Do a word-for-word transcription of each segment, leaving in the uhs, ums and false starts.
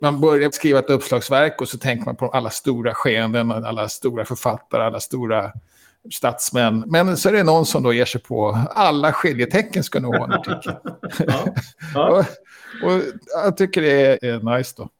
Man börjar skriva ett uppslagsverk och så tänker man på alla stora skeenden, alla stora författare, alla stora statsmän. Men så är det någon som då ger sig på alla skiljetecken ska nog ha en artikel. Ja, ja. och, och jag tycker det är, är nice då.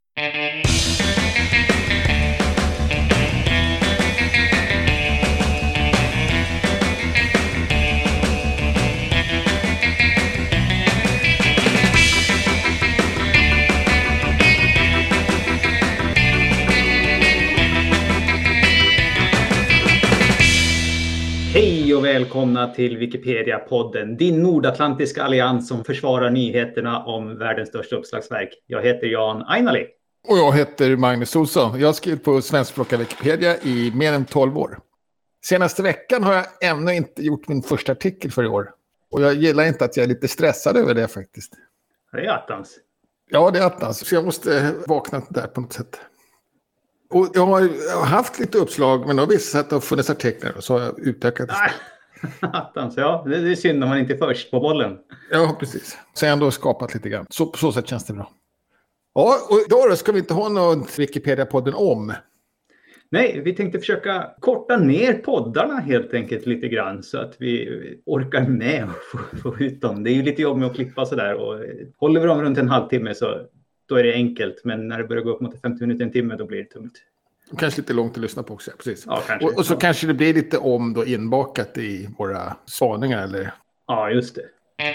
Hej och välkomna till Wikipedia-podden, din nordatlantiska allians som försvarar nyheterna om världens största uppslagsverk. Jag heter Jan Ainali. Och jag heter Magnus Olsson. Jag har skrivit på svenskspråkiga Wikipedia i mer än tolv år. Senaste veckan har jag ännu inte gjort min första artikel för i år. Och jag gillar inte att jag är lite stressad över det faktiskt. Det är attans. Ja, det är attans. Så jag måste vakna där på något sätt. Och jag har, jag har haft lite uppslag, men det har visat sig att det har funnits artiklar och så har jag utökat det. Attans, ja. Det är synd om man inte är först på bollen. Ja, precis. Så jag har ändå skapat lite grann. Så på så sätt känns det bra. Ja, och idag då ska vi inte ha någon Wikipedia-podden om. Nej, vi tänkte försöka korta ner poddarna helt enkelt lite grann så att vi orkar med och få ut dem. Det är ju lite jobb med att klippa sådär och håller vi dem runt en halvtimme så då är det enkelt. Men när det börjar gå upp mot femtio minuter en timme då blir det tungt. Kanske lite långt att lyssna på också, precis. Ja, kanske. Och, och så ja. kanske det blir lite om då inbakat i våra spaningar, eller? Ja, just det.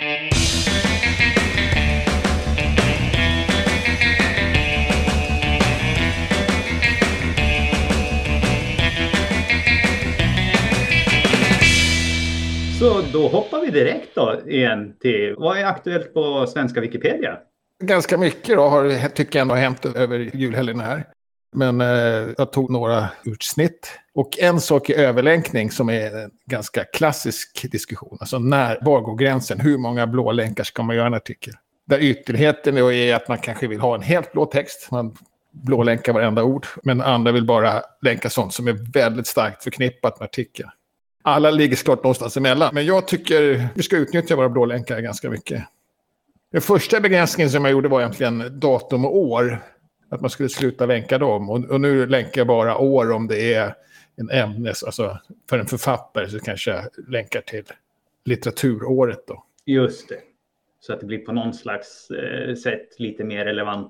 Så då hoppar vi direkt då igen till vad är aktuellt på svenska Wikipedia? Ganska mycket då har, tycker jag ändå har hänt över julhelgen här. Men eh, jag tog några utsnitt. Och en sak är överlänkning som är en ganska klassisk diskussion. Alltså när, var går gränsen? Hur många blå länkar ska man göra en artikel? Där ytterligheten är att man kanske vill ha en helt blå text. Man blålänkar varenda ord. Men andra vill bara länka sånt som är väldigt starkt förknippat med artikeln. Alla ligger såklart någonstans emellan. Men jag tycker vi ska utnyttja våra blålänkar ganska mycket. Den första begränsningen som jag gjorde var egentligen datum och år. Att man skulle sluta länka dem. Och, och nu länkar jag bara år om det är en ämnes. Alltså för en författare så kanske jag länkar till litteraturåret då. Just det. Så att det blir på någon slags eh, sätt lite mer relevant.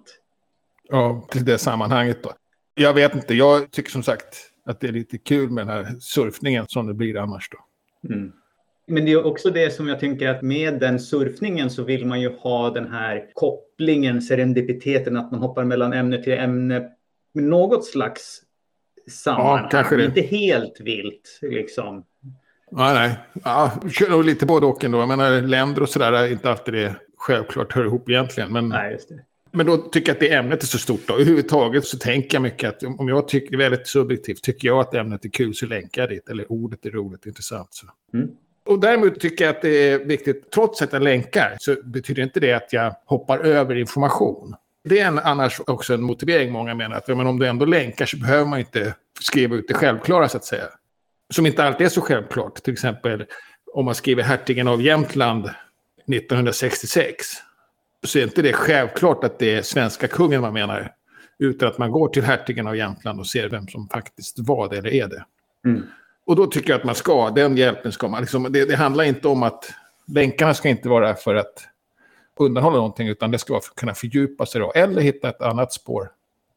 Ja, till det sammanhanget då. Jag vet inte, jag tycker som sagt att det är lite kul med den här surfningen som det blir annars då. Mm. Men det är också det som jag tänker att med den surfningen så vill man ju ha den här kopplingen, serendipiteten, att man hoppar mellan ämne till ämne med något slags sammanhang. Ja, kanske det. Inte helt vilt liksom. Nej, nej. Ja, kör nog lite både och ändå. Jag menar, länder och sådär är inte alltid det självklart hör ihop egentligen. Men, nej, just det. Men då tycker jag att det ämnet är så stort då. Överhuvudtaget så tänker jag mycket att om jag tycker det är väldigt subjektivt, tycker jag att ämnet är kul så länkar jag dit. Eller ordet är roligt, intressant. Så. Mm. Och däremot tycker jag att det är viktigt, trots att jag länkar så betyder inte det att jag hoppar över information. Det är en, annars också en motivering många menar att men om du ändå länkar så behöver man inte skriva ut det självklara så att säga. Som inte alltid är så självklart. Till exempel om man skriver Hertigen av Jämtland nittonhundrasextiosex så är inte det självklart att det är svenska kungen man menar. Utan att man går till Hertigen av Jämtland och ser vem som faktiskt var det eller är det. Mm. Och då tycker jag att man ska, den hjälpen ska man. Liksom, det, det handlar inte om att länkarna ska inte vara för att undanhålla någonting utan det ska vara för att kunna fördjupa sig då. Eller hitta ett annat spår.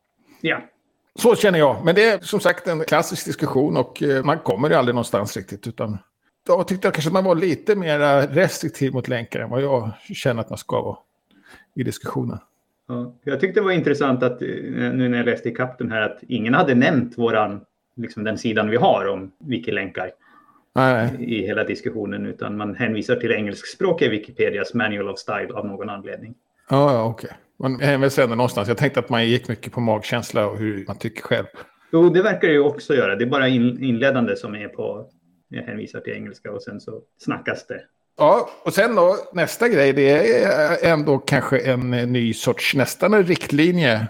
Ja. Så känner jag. Men det är som sagt en klassisk diskussion och eh, man kommer ju aldrig någonstans riktigt. Utan då tyckte jag kanske att man var lite mer restriktiv mot länkar än vad jag känner att man ska vara i diskussionen. Ja, jag tyckte det var intressant att nu när jag läste i kappen här att ingen hade nämnt våran, liksom den sidan vi har om wikilänkar nej, nej. i hela diskussionen utan man hänvisar till engelskspråkiga Wikipedias Manual of Style av någon anledning. Ja, ja okej. Man hänvisar ändå någonstans. Jag tänkte att man gick mycket på magkänsla och hur man tycker själv. Jo, det verkar ju också göra. Det är bara in, inledande som är på, jag hänvisar till engelska och sen så snackas det. Ja, och sen då nästa grej, det är ändå kanske en ny sorts nästan en riktlinje.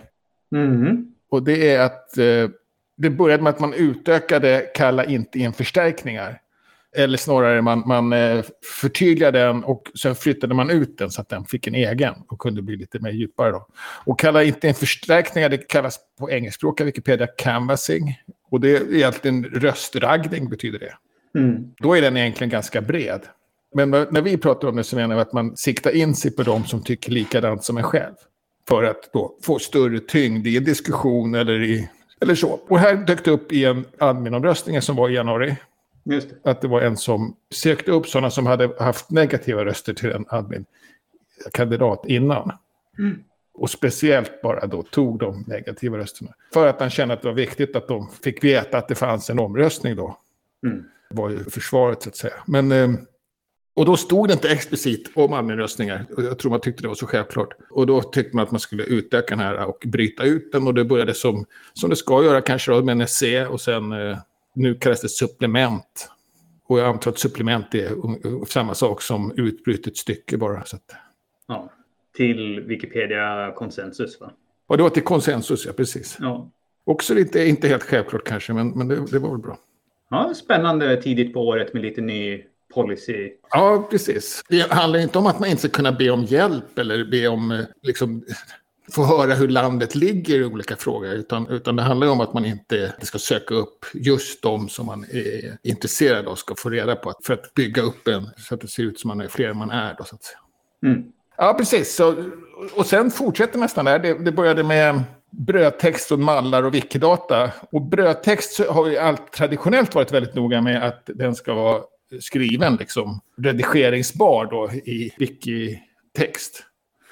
Mm. Och det är att eh, det började med att man utökade kalla inte in förstärkningar. Eller snarare man, man förtydligade den och sen flyttade man ut den så att den fick en egen och kunde bli lite mer djupare då. Och kallar inte en förstärkning, det kallas på engelskspråkiga Wikipedia canvassing. Och det är egentligen röstraggning betyder det. Mm. Då är den egentligen ganska bred. Men när vi pratar om det så menar vi att man siktar in sig på de som tycker likadant som en själv. För att då få större tyngd i en diskussion eller, i, eller så. Och här dök det upp i en adminomröstning som var i januari. Just det. Att det var en som sökte upp sådana som hade haft negativa röster till en admin-kandidat innan. Mm. Och speciellt bara då tog de negativa rösterna. För att han kände att det var viktigt att de fick veta att det fanns en omröstning då. Mm. Det var ju försvaret så att säga. Men... Och då stod det inte explicit om adminröstningar. Jag tror man tyckte det var så självklart. Och då tyckte man att man skulle utöka den här och bryta ut den. Och det började som, som det ska göra kanske då med en essä. Och sen eh, nu kallas det supplement. Och jag antar att supplement är samma sak som utbrytet stycke bara. Så att... Ja, till Wikipedia konsensus va? Och det var till konsensus, ja precis. Ja. Också lite, inte helt självklart kanske, men, men det, det var väl bra. Ja, spännande tidigt på året med lite ny... policy. Ja, precis. Det handlar inte om att man inte ska kunna be om hjälp eller be om liksom, få höra hur landet ligger i olika frågor. Utan, utan det handlar om att man inte ska söka upp just de som man är intresserad av ska få reda på. För att bygga upp en så att det ser ut som man är fler än man är. Då, så att säga. Mm. Ja, precis. Så, och sen fortsätter nästan där. Det, det började med brödtext och mallar och wikidata. Och brödtext har ju allt traditionellt varit väldigt noga med att den ska vara skriven liksom redigeringsbar då i wikitext.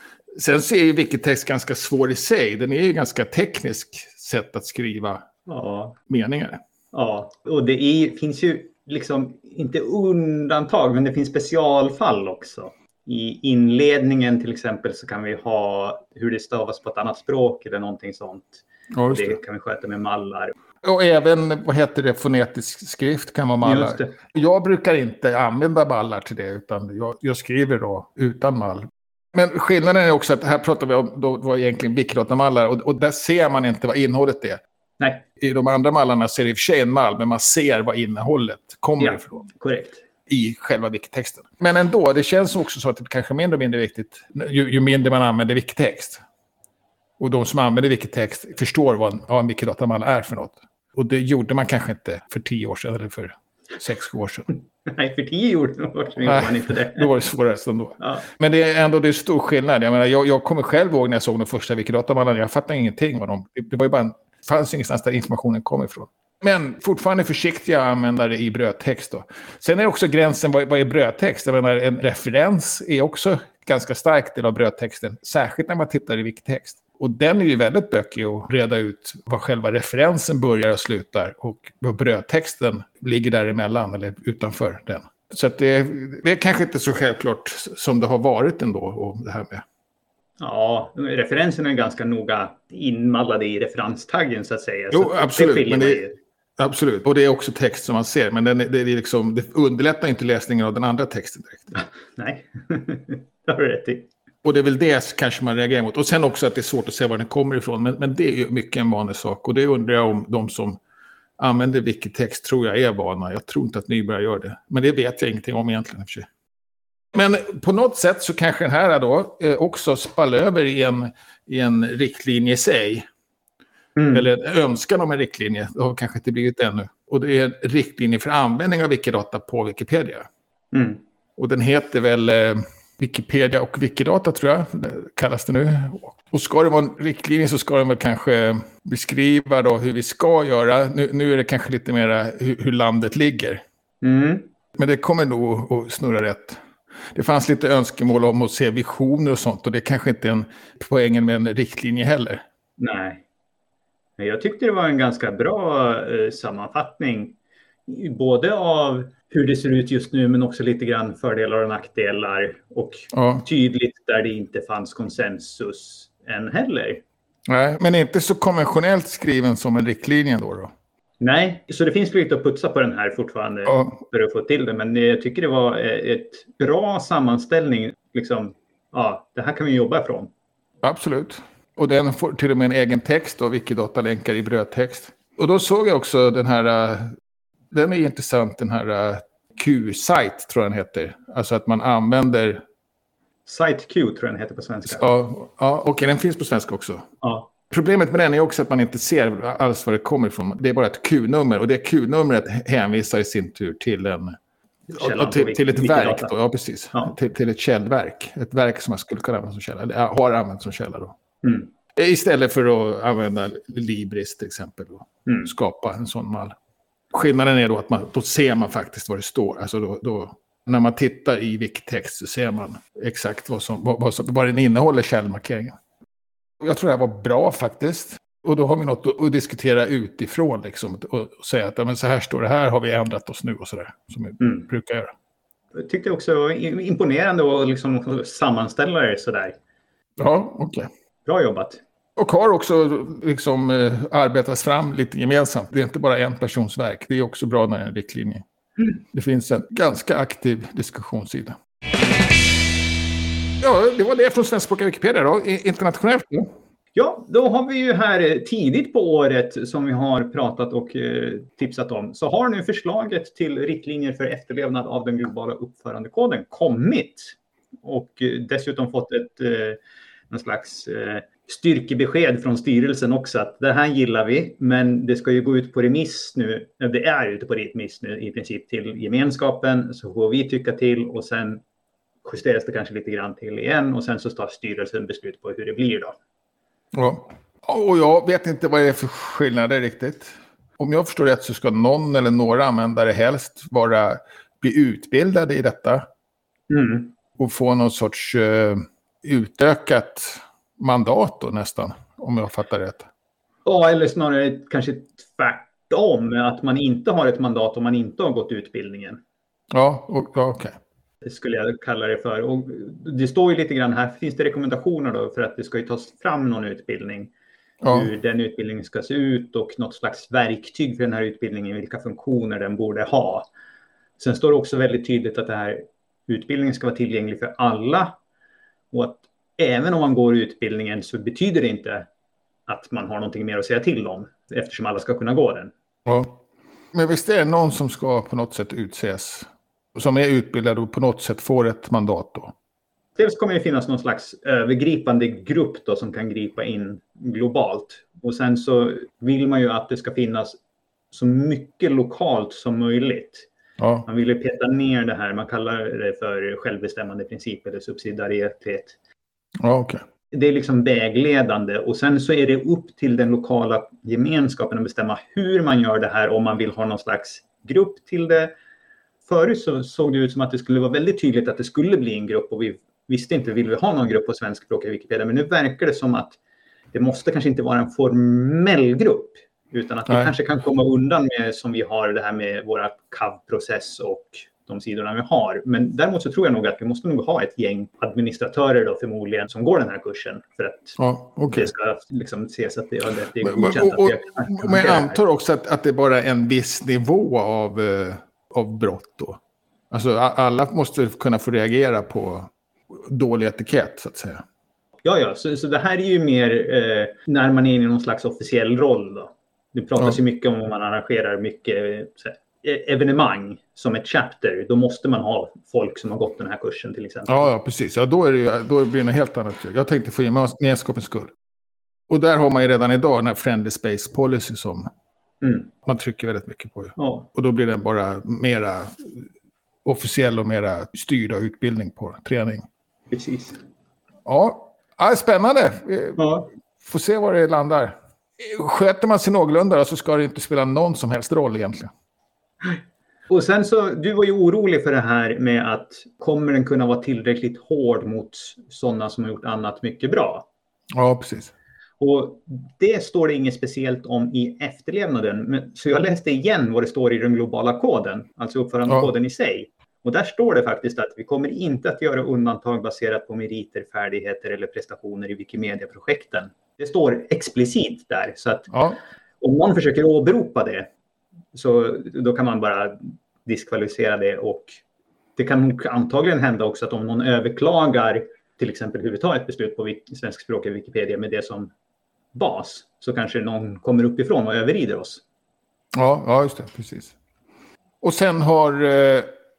Sen så är ju wikitext ganska svår i sig. Den är ju ganska teknisk sätt att skriva ja. meningar. Ja, och det är, finns ju liksom inte undantag men det finns specialfall också. I inledningen till exempel så kan vi ha hur det stavas på ett annat språk eller någonting sånt. Ja, det. det kan vi sköta med mallar. Och även, vad heter det, fonetisk skrift kan vara mallar. Jag brukar inte använda mallar till det utan jag, jag skriver då utan mall. Men skillnaden är också att här pratar vi om då var egentligen Wikidata-mallar och, och där ser man inte vad innehållet är. Nej. I de andra mallarna ser det i och för sig en mall men man ser vad innehållet kommer ja, ifrån. Korrekt. I själva wikitexten. Men ändå, det känns också så att det kanske är mindre och mindre viktigt ju, ju mindre man använder wikitext. Och de som använder wikitext förstår vad en, vad en Wikidata-mall är för något. Och det gjorde man kanske inte för tio år sedan eller för sex år sedan. Nej, för tio år sedan gjorde man inte det. Då var det svårare ändå. Ja. Men det är ändå det är stor skillnad. Jag menar, jag, jag kommer själv ihåg när jag såg de första Wikidata-mallarna. Jag fattade ingenting vad de... Det var ju bara en, fanns ingenstans där informationen kom ifrån. Men fortfarande försiktiga användare i brödtext då. Sen är också gränsen, vad, vad är brödtext? Jag menar, en referens är också ganska stark del av brödtexten. Särskilt när man tittar i wikitext. Och den är ju väldigt bökig att reda ut vad själva referensen börjar och slutar. Och vad brödtexten ligger däremellan eller utanför den. Så att det, det är kanske inte så självklart som det har varit ändå. Och det här med. Ja, referensen är ganska noga inmallade i referenstaggen så att säga. Jo, så absolut. Det men det, absolut. Och det är också text som man ser. Men den, det, är liksom, det underlättar inte läsningen av den andra texten direkt. Nej, det har du rätt i. Och det är väl det kanske man reagerar mot. Och sen också att det är svårt att se var den kommer ifrån. Men, men det är ju mycket en vanlig sak. Och det undrar jag om de som använder wikitext tror jag är vana. Jag tror inte att nybörjare gör det. Men det vet jag ingenting om egentligen. Men på något sätt så kanske den här då eh, också spall över i en, i en riktlinje i sig. Mm. Eller en önskan om en riktlinje. Det har kanske inte blivit ännu. Och det är en riktlinje för användning av Wikidata på Wikipedia. Mm. Och den heter väl... Eh, Wikipedia och Wikidata tror jag kallas det nu. Och ska det vara en riktlinje så ska den väl kanske beskriva då hur vi ska göra. Nu, nu är det kanske lite mer hur, hur landet ligger. Mm. Men det kommer nog att snurra rätt. Det fanns lite önskemål om att se visioner och sånt. Och det är kanske inte en poängen med en riktlinje heller. Nej. Jag tyckte det var en ganska bra eh, sammanfattning. Både av hur det ser ut just nu men också lite grann fördelar och nackdelar. Och ja. Tydligt där det inte fanns konsensus än heller. Nej, men inte så konventionellt skriven som en riktlinje då då? Nej, så det finns lite att putsa på den här fortfarande ja. För att få till det. Men jag tycker det var ett bra sammanställning. Liksom, ja, det här kan vi jobba ifrån. Absolut. Och den får till och med en egen text och Wikidata-länkar i brödtext. Och då såg jag också den här... Den är intressant, den här Q-site tror jag den heter. Alltså att man använder... Site Q tror jag den heter på svenska. Ja, ja okej, okay, den finns på svenska också. Ja. Problemet med den är också att man inte ser alls var det kommer ifrån. Det är bara ett Q-nummer och det Q-numret hänvisar i sin tur till en... Ja, till, till ett verk då, ja precis. Ja. Till, till ett källverk. Ett verk som man skulle kunna använda som källa. Eller har använt som källa då. Mm. Istället för att använda Libris till exempel. Och mm. skapa en sån mall. Skillnaden är då att man, då ser man faktiskt vad det står. Alltså då, då, när man tittar i Wikitext så ser man exakt vad, som, vad, vad, som, vad den innehåller, källmarkeringen. Jag tror det här var bra faktiskt. Och då har vi något att, att diskutera utifrån liksom. Och, och säga att ja, men så här står det här, har vi ändrat oss nu och sådär. Som vi mm. brukar göra. Jag tyckte också det var imponerande att liksom sammanställa det sådär. Ja, okej. Okay. Bra jobbat. Och har också liksom eh, arbetats fram lite gemensamt. Det är inte bara en persons verk. Det är också bra när det är en riktlinje. Mm. Det finns en ganska aktiv diskussionssida. Ja, det var det från svenskspråkiga Wikipedia då. Internationellt då. Ja, då har vi ju här tidigt på året som vi har pratat och eh, tipsat om. Så har nu förslaget till riktlinjer för efterlevnad av den globala uppförandekoden kommit. Och eh, dessutom fått ett eh, någon slags eh, styrkebesked från styrelsen också. Att det här gillar vi, men det ska ju gå ut på remiss nu. Det är ute på remiss nu i princip till gemenskapen. Så får vi tycka till och sen justeras det kanske lite grann till igen. Och sen så tar styrelsen beslut på hur det blir då. Ja, och jag vet inte vad det är för skillnader riktigt. Om jag förstår rätt så ska någon eller några användare helst vara, bli utbildade i detta. Mm. Och få någon sorts uh, utökat mandat då nästan, om jag fattar rätt. Ja, eller snarare kanske tvärtom. Att man inte har ett mandat om man inte har gått utbildningen. Ja, okej. Okay. Det skulle jag kalla det för. Och det står ju lite grann här, finns det rekommendationer då för att det ska ju tas fram någon utbildning. Ja. Hur den utbildningen ska se ut och något slags verktyg för den här utbildningen, vilka funktioner den borde ha. Sen står det också väldigt tydligt att det här utbildningen ska vara tillgänglig för alla. Och att även om man går utbildningen så betyder det inte att man har någonting mer att säga till om. Eftersom alla ska kunna gå den. Ja. Men visst är det någon som ska på något sätt utses, som är utbildad och på något sätt får ett mandat då? Dels kommer det finnas någon slags övergripande grupp då som kan gripa in globalt. Och sen så vill man ju att det ska finnas så mycket lokalt som möjligt. Ja. Man vill ju peta ner det här, man kallar det för självbestämmande princip eller subsidiaritet. Ja, okej. Okay. Det är liksom vägledande och sen så är det upp till den lokala gemenskapen att bestämma hur man gör det här, om man vill ha någon slags grupp till det. Förut så såg det ut som att det skulle vara väldigt tydligt att det skulle bli en grupp och vi visste inte, vill vi ha någon grupp på svenskspråkiga Wikipedia, men nu verkar det som att det måste kanske inte vara en formell grupp utan att vi Nej. kanske kan komma undan med som vi har det här med våra C A V-process och de sidorna vi har. Men däremot så tror jag nog att vi måste nog ha ett gäng administratörer då förmodligen som går den här kursen för att ja, okay. det ska liksom ses att det, ja, det är godkänt. Och, och, och, och, men jag antar också att, att det är bara en viss nivå av, uh, av brott då. Alltså alla måste kunna få reagera på dålig etikett så att säga. Ja, ja. Så, så det här är ju mer eh, när man är i någon slags officiell roll då. Det pratas ja. ju mycket om om man arrangerar mycket så här, evenemang som ett chapter. Då måste man ha folk som har gått den här kursen till exempel. Ja, ja precis. Ja, då, är det ju, då blir det något helt annat. Jag tänkte få gemenskapens skull. Och där har man ju redan idag den här Friendly Space Policy som mm. man trycker väldigt mycket på. Ja. Och då blir den bara mera officiell och mera styrd av utbildning på träning. Precis. Ja, ja spännande. Ja. Får se var det landar. Sköter man sig någorlunda så ska det inte spela någon som helst roll egentligen. Och sen så, du var ju orolig för det här med att kommer den kunna vara tillräckligt hård mot sådana som har gjort annat mycket bra? Ja, precis. Och det står det inget speciellt om i efterlevnaden. Men, så jag läste igen vad det står i den globala koden, alltså uppförandekoden ja. i sig. Och där står det faktiskt att vi kommer inte att göra undantag baserat på meriter, färdigheter eller prestationer i Wikimedia-projekten. Det står explicit där. Så att ja. om någon försöker åberopa det så då kan man bara diskvalificera det. Och det kan antagligen hända också att om någon överklagar till exempel hur vi tar ett beslut på svenskspråkiga Wikipedia med det som bas så kanske någon kommer uppifrån och överrider oss. Ja, ja just det, precis. Och sen har eh,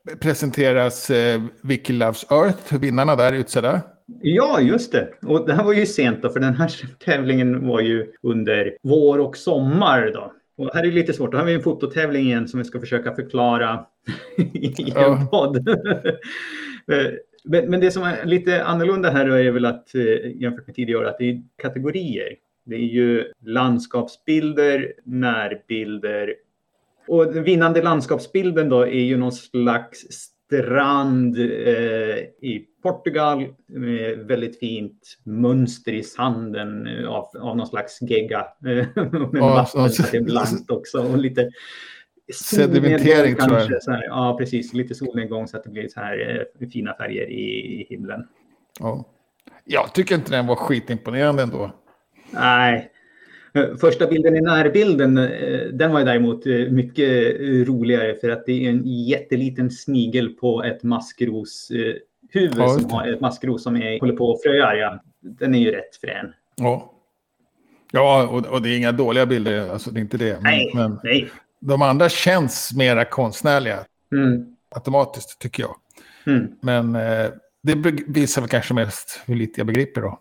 presenteras eh, Wiki Loves Earth, vinnarna där utsedda. Ja, just det. Och det här var ju sent då, för den här tävlingen var ju under vår och sommar då. Och här är det lite svårt. Då har vi en fototävling igen som vi ska försöka förklara i en ja. podd. men, men det som är lite annorlunda här är väl att jämfört med tidigare att det är kategorier. Det är ju landskapsbilder, närbilder. Och den vinnande landskapsbilden då är ju någon slags strand eh, i Portugal med väldigt fint mönster i sanden av, av någon slags gegga. med ja, vatten så det är blankt också. Och lite sedimentering tror jag. Så här, ja, precis. Lite solnedgång så att det blir så här eh, fina färger i, i himlen. Ja. Jag tycker inte den var skitimponerande ändå. Nej. Första bilden i närbilden, den var däremot mycket roligare för att det är en jätteliten snigel på ett maskros huvud ja, som har ett maskros som är, håller på att fröjar. Ja. Den är ju rätt frän. Ja, ja och, och det är inga dåliga bilder, alltså det är inte det. Men, nej, men nej. De andra känns mera konstnärliga mm. automatiskt tycker jag. Mm. Men eh, det visar väl kanske mest hur lite jag begriper då.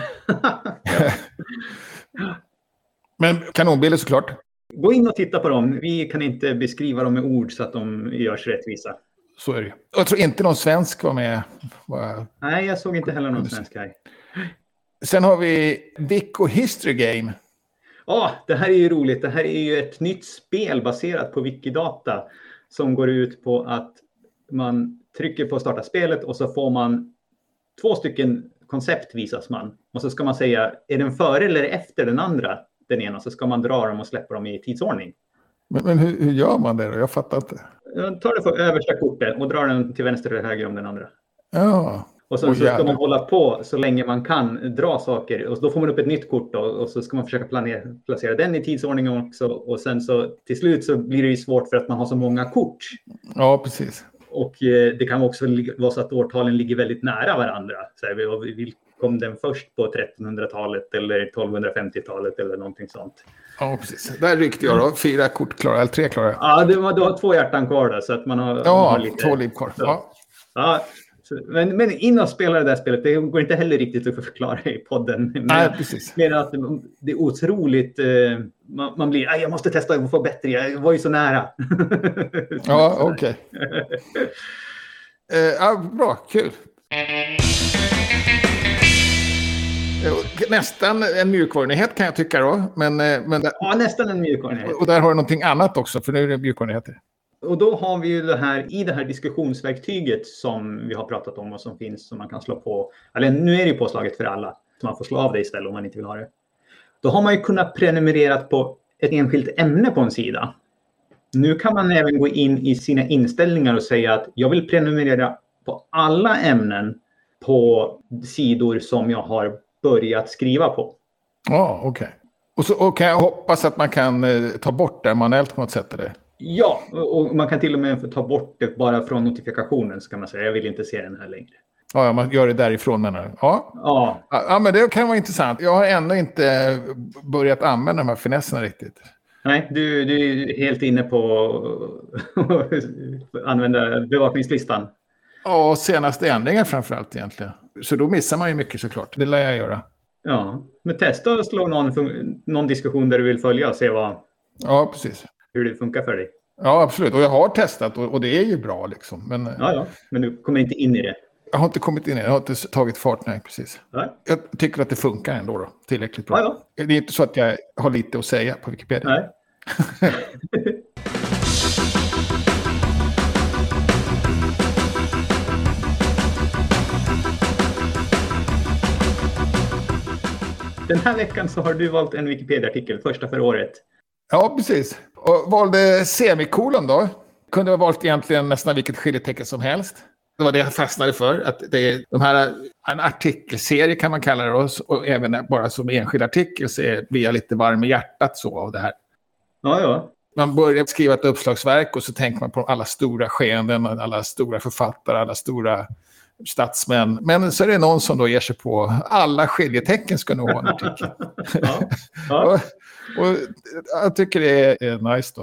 Men kanonbilder såklart. Gå in och titta på dem. Vi kan inte beskriva dem med ord så att de görs rättvisa. Så är det. Jag tror inte någon svensk var med. Var... Nej, jag såg inte heller någon svensk här. Sen har vi Vico History Game. Ja, det här är ju roligt. Det här är ju ett nytt spel baserat på Wikidata som går ut på att man trycker på starta spelet och så får man två stycken koncept visas man. Och så ska man säga, är den före eller efter den andra? Den ena, så ska man dra dem och släppa dem i tidsordning. Men, men hur, hur gör man det då? Jag fattar inte. Jag tar det för översta kortet och drar den till vänster eller höger om den andra. Ja. Och sen oh, så ska man hålla på så länge man kan dra saker. Och då får man upp ett nytt kort då, och så ska man försöka planera, placera den i tidsordning också. Och sen så till slut så blir det ju svårt för att man har så många kort. Ja, precis. Och eh, det kan också vara så att årtalen ligger väldigt nära varandra. Så här, vi vill kom den först på trettonhundratalet eller tolvhundrafemtiotalet eller någonting sånt. Ja, precis. Där ryckte jag då. Fyra kort klara, eller tre klara. Ja, det var, du har två hjärtan kvar där, så att man har... Ja, man har lite, två liv kvar. Ja. Ja, så, men, men in och spela det där spelet, det går inte heller riktigt att förklara i podden. Men, Nej, precis. Men att det är otroligt... Eh, man, man blir, jag måste testa att få bättre, jag var ju så nära. Ja, okej. Okay. eh, ja, bra, kul. Nästan en mjukvarunyhet kan jag tycka då. Men, men där, ja, nästan en mjukvarunyhet. Och där har du någonting annat också, för nu är det mjukvarunyheter. Och då har vi ju det här, i det här diskussionsverktyget som vi har pratat om och som finns som man kan slå på. Eller nu är det ju påslaget för alla. Så man får slå av det istället om man inte vill ha det. Då har man ju kunnat prenumerera på ett enskilt ämne på en sida. Nu kan man även gå in i sina inställningar och säga att jag vill prenumerera på alla ämnen på sidor som jag har börjat skriva på. Ja, okej. Okay. Och så och kan jag hoppas att man kan eh, ta bort det manuellt på något sätt eller? Ja, och man kan till och med ta bort det bara från notifikationen så kan man säga. Jag vill inte se den här längre. Ja, ja man gör det därifrån menar du? Ja. Ja. Ja, men det kan vara intressant. Jag har ännu inte börjat använda de här finesserna riktigt. Nej, du, du är helt inne på att använda bevakningslistan. Ja, senaste ändringar framförallt egentligen. Så då missar man ju mycket såklart. Det lär jag göra. Ja, men testa att slå någon, någon diskussion där du vill följa och se vad, ja, precis. hur det funkar för dig. Ja, absolut. Och jag har testat och, och det är ju bra liksom. Men, ja, ja, men du kommer inte in i det. Jag har inte kommit in i det. Jag har inte tagit fart. Nej, precis. Nej. Jag tycker att det funkar ändå då. Tillräckligt bra. Ja, ja. Det är inte så att jag har lite att säga på Wikipedia. Nej. Den här veckan så har du valt en Wikipedia-artikel, första för året. Ja, precis. Och valde semikolon då. Kunde ha valt egentligen nästan vilket skiljetecken som helst. Det var det jag fastnade för. Att det är de här, en artikelserie kan man kalla det då, och även bara som enskild artikel så är vi lite varm i hjärtat så av det här. Ja, ja. Man börjar skriva ett uppslagsverk och så tänker man på alla stora skeenden, alla stora författare, alla stora statsmän. Men så är det någon som då ger sig på alla skiljetecken ska nog ha en artikel. Ja, ja. och, och jag tycker det är, är nice då.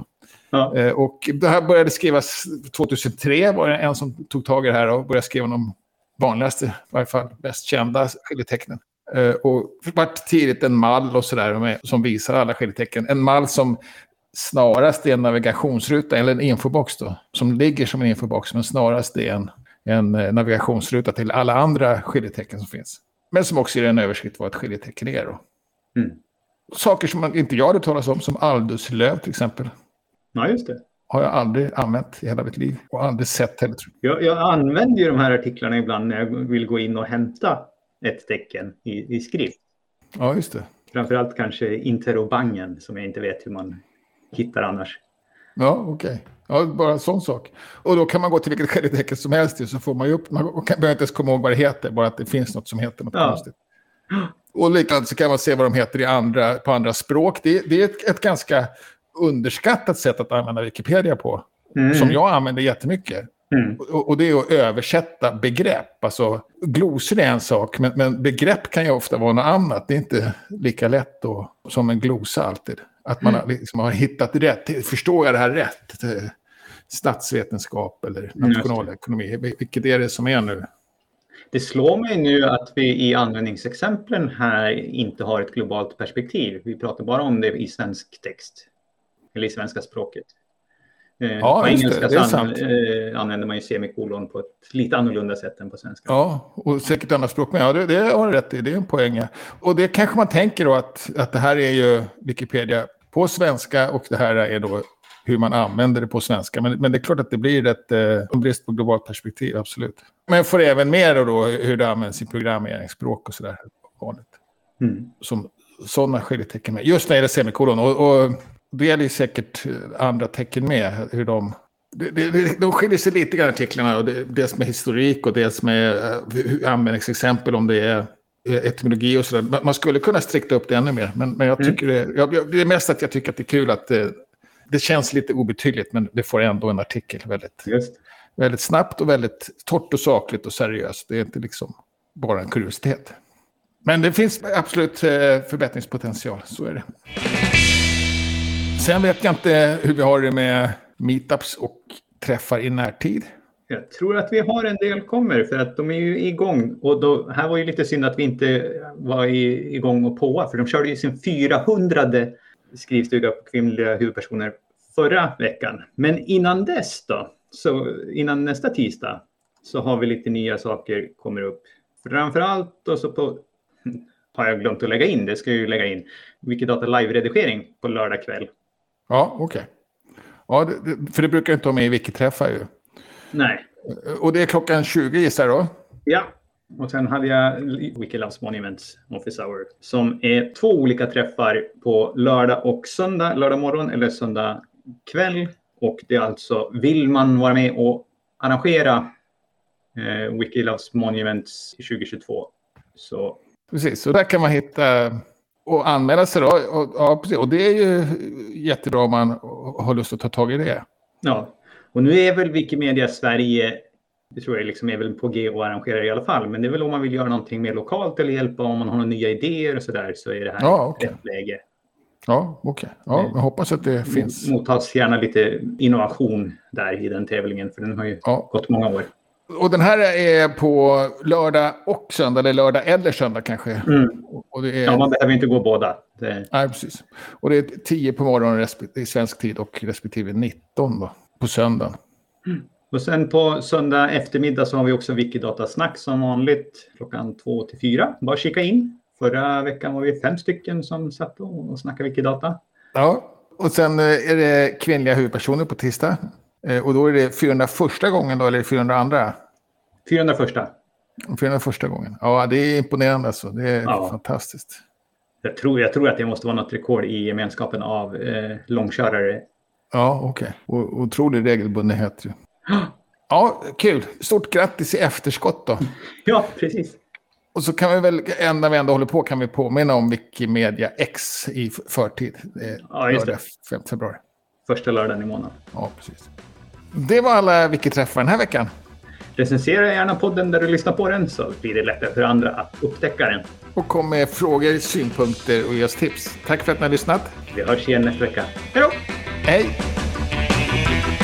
Ja. Eh, och det här började skrivas tjugohundratre, var det en som tog tag i det här och började skriva de vanligaste, i varje fall bäst kända skiljetecknen. Eh, och det var tidigt en mall och sådär som visar alla skiljetecken. En mall som snarast är en navigationsruta, eller en infobox då, som ligger som en infobox, men snarast är en, en navigationsruta till alla andra skiljetecken som finns. Men som också är en översikt vad ett skiljetecken är då. Mm. Saker som man, inte jag hade talat om, som alduslöv till exempel. Ja, just det. Har jag aldrig använt i hela mitt liv och aldrig sett heller. Jag, jag använder ju de här artiklarna ibland när jag vill gå in och hämta ett tecken i, i skrift. Ja, just det. Framförallt kanske interrobangen som jag inte vet hur man hittar annars. Ja, okej. Okay. Ja, bara en sån sak. Och då kan man gå till vilket skiljetecken som helst så får man ju upp, man kan, behöver inte ens komma ihåg vad det heter, bara att det finns något som heter något ja. konstigt. Och likadant så kan man se vad de heter i andra, på andra språk. Det, det är ett, ett ganska underskattat sätt att använda Wikipedia på. Mm. Som jag använder jättemycket. Mm. Och, och det är att översätta begrepp. Alltså, glosor är en sak, men, men begrepp kan ju ofta vara något annat. Det är inte lika lätt då, som en glosa alltid. Att man mm. liksom har hittat rätt. Förstår jag det här rätt? Statsvetenskap eller nationalekonomi. Vilket är det som är nu? Det slår mig nu att vi i användningsexemplen här inte har ett globalt perspektiv. Vi pratar bara om det i svensk text. Eller i svenska språket. Ja, på engelska det. Det är sant. An, använder man ju semikolon på ett lite annorlunda sätt än på svenska. Ja, och säkert andra språk. Men ja, det, det har rätt i. Det är en poäng. Och det kanske man tänker då att, att det här är ju Wikipedia på svenska och det här är då hur man använder det på svenska. Men, men det är klart att det blir ett eh, brist på globalt perspektiv, absolut. Men får även mer då hur det används i programmeringsspråk och sådär vanligt. Mm. Som sådana skiljetecken med. Just när det är semikolon. Och, och det gäller säkert andra tecken med. Hur de, det, det, de skiljer sig lite grann artiklarna. Och det, dels med historik och dels med uh, användningsexempel om det är etymologi och sådär. Man skulle kunna strikta upp det ännu mer. Men, men jag tycker mm. det, jag, det är mest att jag tycker att det är kul att det, det känns lite obetydligt. Men det får ändå en artikel väldigt, Just. väldigt snabbt och väldigt torrt och sakligt och seriöst. Det är inte liksom bara en kuriositet. Men det finns absolut förbättringspotential, så är det. Sen vet jag inte hur vi har det med meetups och träffar i närtid. Jag tror att vi har en del kommer för att de är ju igång. Och då, här var ju lite synd att vi inte var i, igång och på. För de körde ju sin fyrahundrade skrivstuga på kvinnliga huvudpersoner förra veckan. Men innan dess då, så innan nästa tisdag, så har vi lite nya saker kommer upp. Framförallt då så på, har jag glömt att lägga in, det ska jag ju lägga in, Wikidata live-redigering på lördag kväll. Ja, okej. Okay. Ja, det, för det brukar inte vara med i Wikiträffar ju. Nej. Och det är klockan tjugo gissar då? Ja, och sen hade jag Wikiloves Monuments Office Hour som är två olika träffar på lördag och söndag, lördag morgon eller söndag kväll. Och det är alltså, vill man vara med och arrangera eh, Wikiloves Monuments tjugohundratjugotvå så... Precis, och där kan man hitta och anmäla sig då. Och, ja, precis. Och det är ju jättebra om man har lust att ta tag i det. Ja, och nu är väl Wikimedia Sverige, det tror jag liksom är väl på G och arrangerar i alla fall. Men det är väl om man vill göra någonting mer lokalt eller hjälpa om man har några nya idéer och sådär så är det här ja, okay. ett läge. Ja, okej. Okay. Ja, jag hoppas att det finns. Mottas gärna lite innovation där i den tävlingen för den har ju ja. gått många år. Och den här är på lördag och söndag, eller lördag eller söndag kanske. Mm. Och det är... Ja, man behöver inte gå båda. Det... Nej, precis. Och det är tio på morgonen i svensk tid och respektive nitton då, på söndagen. Mm. Och sen på söndag eftermiddag så har vi också Wikidata-snack som vanligt klockan två till fyra. Bara kika in. Förra veckan var vi fem stycken som satt och snackade Wikidata. Ja, och sen är det kvinnliga huvudpersoner på tisdag. Och då är det fyrahundraförsta gången då, eller fyrahundraandra? fyrahundraförsta. fyrahundraförsta gången. Ja, det är imponerande alltså. Det är ja. fantastiskt. Jag tror, jag tror att det måste vara något rekord i gemenskapen av eh, långkörare. Ja, okej. Okay. Och otrolig regelbundenhet ju. Ja, kul. Stort grattis i efterskott då. Ja, precis. Och så kan vi väl, enda vi ändå håller på, kan vi påminna om Wikimedia X i förtid. Ja, just det. femte februari. Första lördagen i månaden. Ja, precis. Det var alla Wikiträffar den här veckan. Recensera gärna podden där du lyssnar på den så blir det lättare för andra att upptäcka den. Och kom med frågor, synpunkter och ge oss tips. Tack för att ni har lyssnat. Vi hörs igen nästa vecka. Hej då! Hej! Thank you.